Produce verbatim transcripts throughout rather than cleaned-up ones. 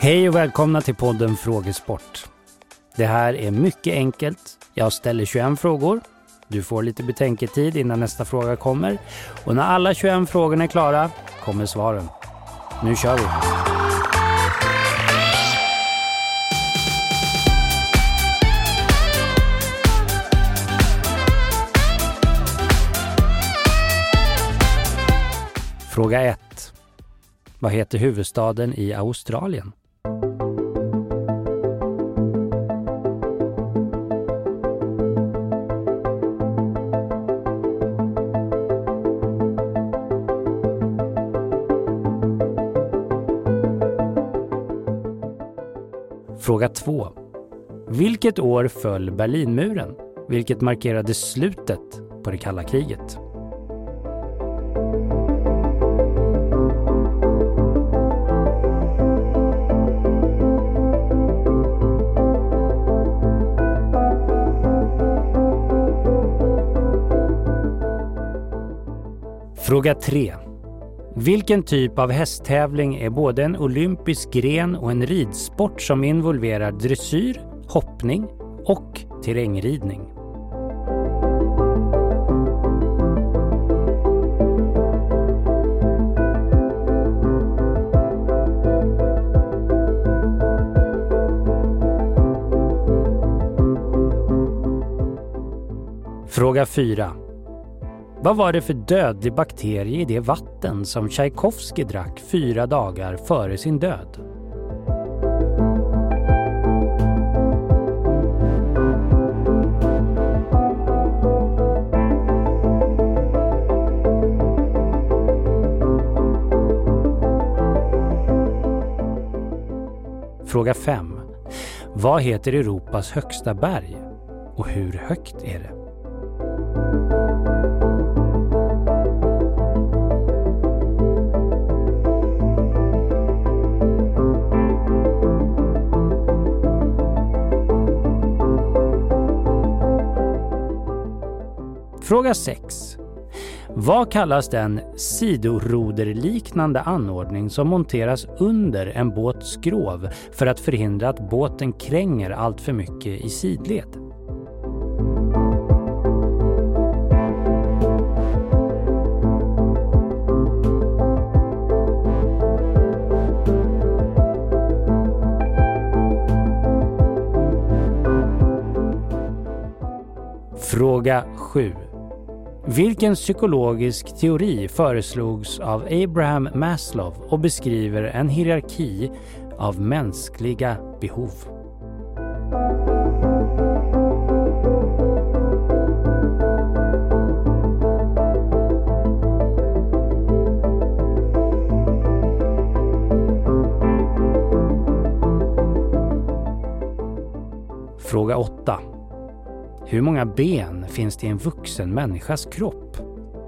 Hej och välkomna till podden Frågesport. Det här är mycket enkelt. Jag ställer tjugoen frågor. Du får lite betänketid innan nästa fråga kommer. Och när alla tjugoen frågorna är klara kommer svaren. Nu kör vi! Fråga ett. Vad heter huvudstaden i Australien? Fråga två. Vilket år föll Berlinmuren, vilket markerade slutet på det kalla kriget? Fråga tre. Vilken typ av hästtävling är både en olympisk gren och en ridsport som involverar dressyr, hoppning och terrängridning? Fråga fyra. Vad var det för dödlig bakterie i det vatten som Tchaikovsky drack fyra dagar före sin död? Fråga fem. Vad heter Europas högsta berg? Och hur högt är det? Fråga sex. Vad kallas den sidoroderliknande anordning som monteras under en båts skrov för att förhindra att båten kränger allt för mycket i sidled? Fråga sju. Vilken psykologisk teori föreslogs av Abraham Maslow och beskriver en hierarki av mänskliga behov? Fråga åtta. Hur många ben finns det i en vuxen människas kropp?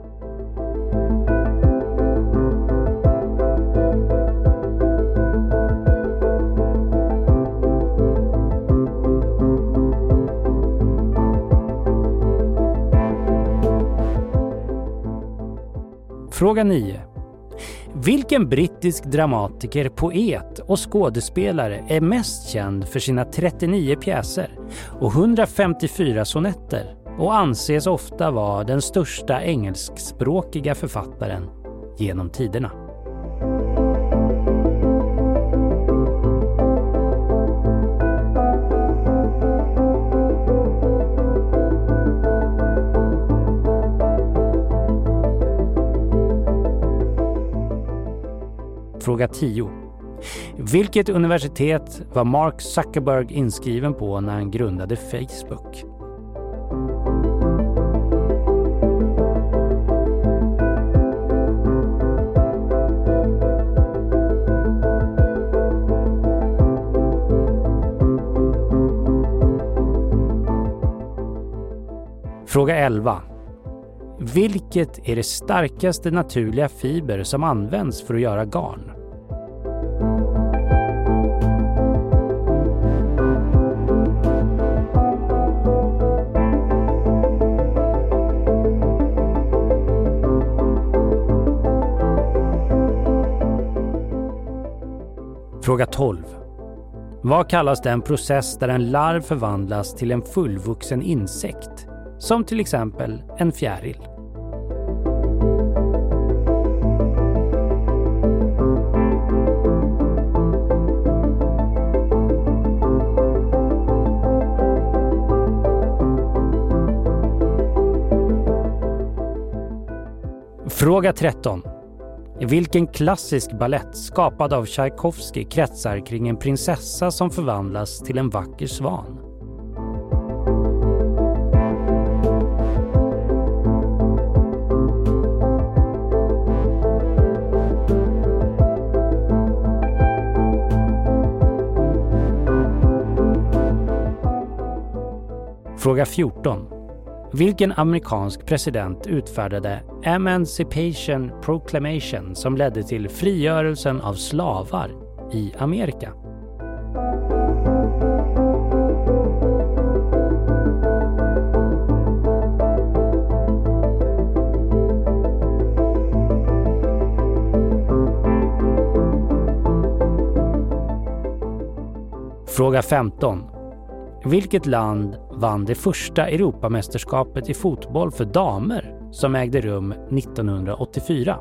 Fråga nio. Vilken brittisk dramatiker, poet och skådespelare är mest känd för sina trettionio pjäser och hundrafemtiofyra sonetter och anses ofta vara den största engelskspråkiga författaren genom tiderna? Fråga tio. Vilket universitet var Mark Zuckerberg inskriven på när han grundade Facebook? Fråga elva. Vilket är det starkaste naturliga fiber som används för att göra garn? Fråga tolv. Vad kallas den process där en larv förvandlas till en fullvuxen insekt, som till exempel en fjäril? Fråga tretton. Vilken klassisk ballett skapad av Tchaikovsky kretsar kring en prinsessa som förvandlas till en vacker svan? Fråga fjorton. Vilken amerikansk president utfärdade Emancipation Proclamation som ledde till frigörelsen av slavar i Amerika? Fråga femton. Vilket land vann det första Europamästerskapet i fotboll för damer som ägde rum nittonhundraåttiofyra?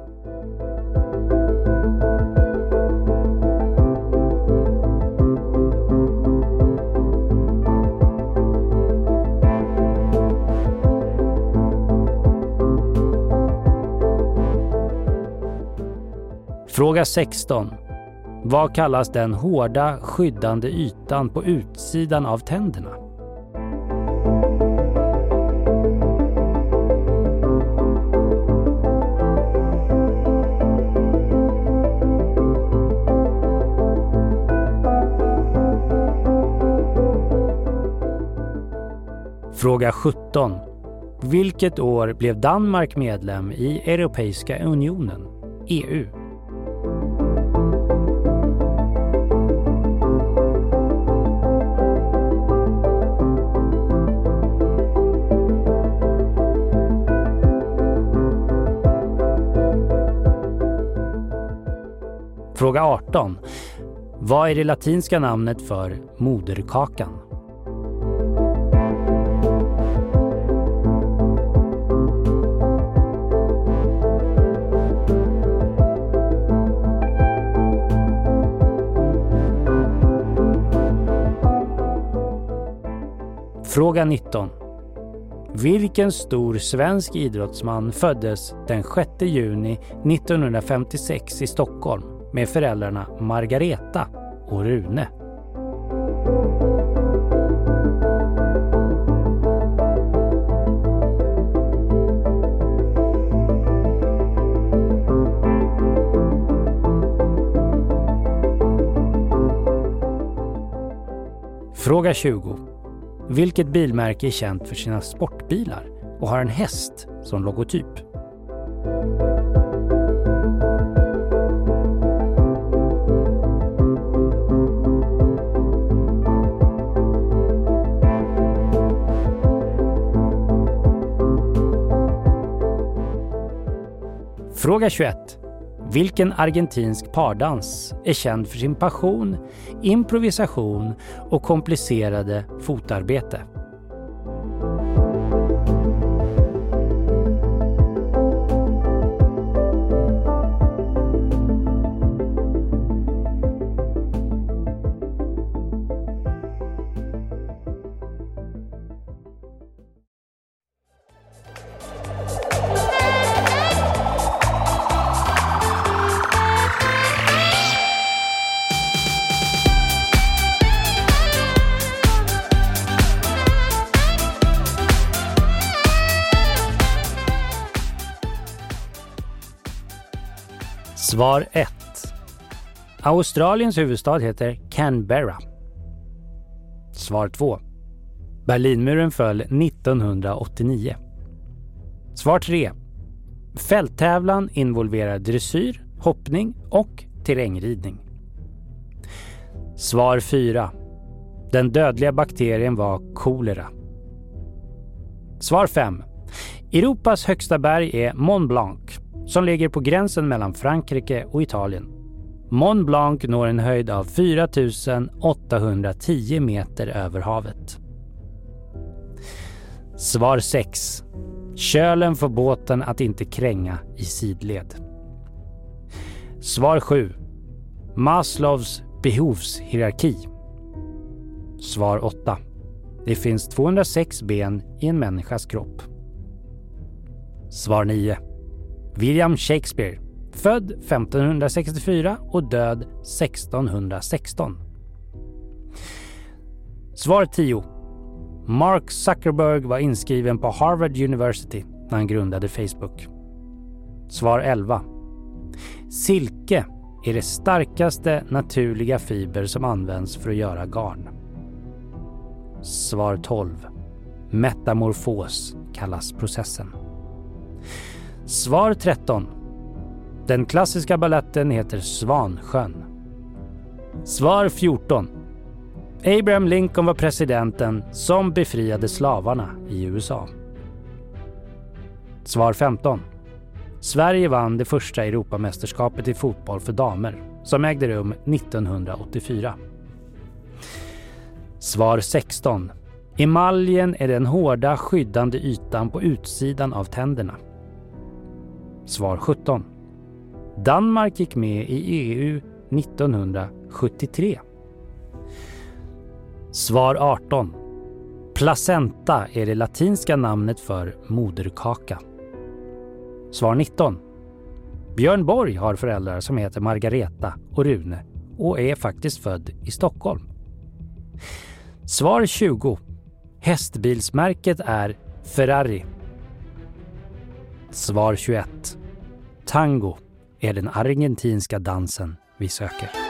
Fråga sexton. Vad kallas den hårda, skyddande ytan på utsidan av tänderna? Fråga sjutton. Vilket år blev Danmark medlem i Europeiska unionen, E U? Fråga arton. Vad är det latinska namnet för moderkakan? Fråga nitton. Vilken stor svensk idrottsman föddes den sjätte juni nittonhundrafemtiosex i Stockholm med föräldrarna Margareta och Rune? Fråga tjugo. Vilket bilmärke är känt för sina sportbilar och har en häst som logotyp? Fråga tjugoett. Vilken argentinsk pardans är känd för sin passion, improvisation och komplicerade fotarbete? Svar ett. Australiens huvudstad heter Canberra. Svar två. Berlinmuren föll nittonhundraåttionio. Svar tre. Fälttävlan involverar dressyr, hoppning och terrängridning. Svar fyra. Den dödliga bakterien var kolera. Svar fem. Europas högsta berg är Mont Blanc, som ligger på gränsen mellan Frankrike och Italien. Mont Blanc når en höjd av fyra tusen åttahundratio meter över havet. Svar sex. Kölen får båten att inte kränga i sidled. Svar sju. Maslows behovshierarki. Svar åtta. Det finns tvåhundrasex ben i en människas kropp. Svar nio. William Shakespeare, född femtonhundrasextiofyra och död sextonhundrasexton. Svar tio. Mark Zuckerberg var inskriven på Harvard University när han grundade Facebook. Svar elva. Silke är det starkaste naturliga fiber som används för att göra garn. Svar tolv. Metamorfos kallas processen. Svar tretton. Den klassiska balletten heter Svansjön. Svar fjorton. Abraham Lincoln var presidenten som befriade slavarna i U S A. Svar femton. Sverige vann det första Europamästerskapet i fotboll för damer som ägde rum nittonhundraåttiofyra. Svar sexton. Emaljen är den hårda skyddande ytan på utsidan av tänderna. Svar sjutton. Danmark gick med i E U nittonhundrasjuttiotre. Svar arton. Placenta är det latinska namnet för moderkaka. Svar nitton. Björn Borg har föräldrar som heter Margareta och Rune och är faktiskt född i Stockholm. Svar tjugo. Hästbilsmärket är Ferrari. Svar tjugoett. Tango är den argentinska dansen vi söker.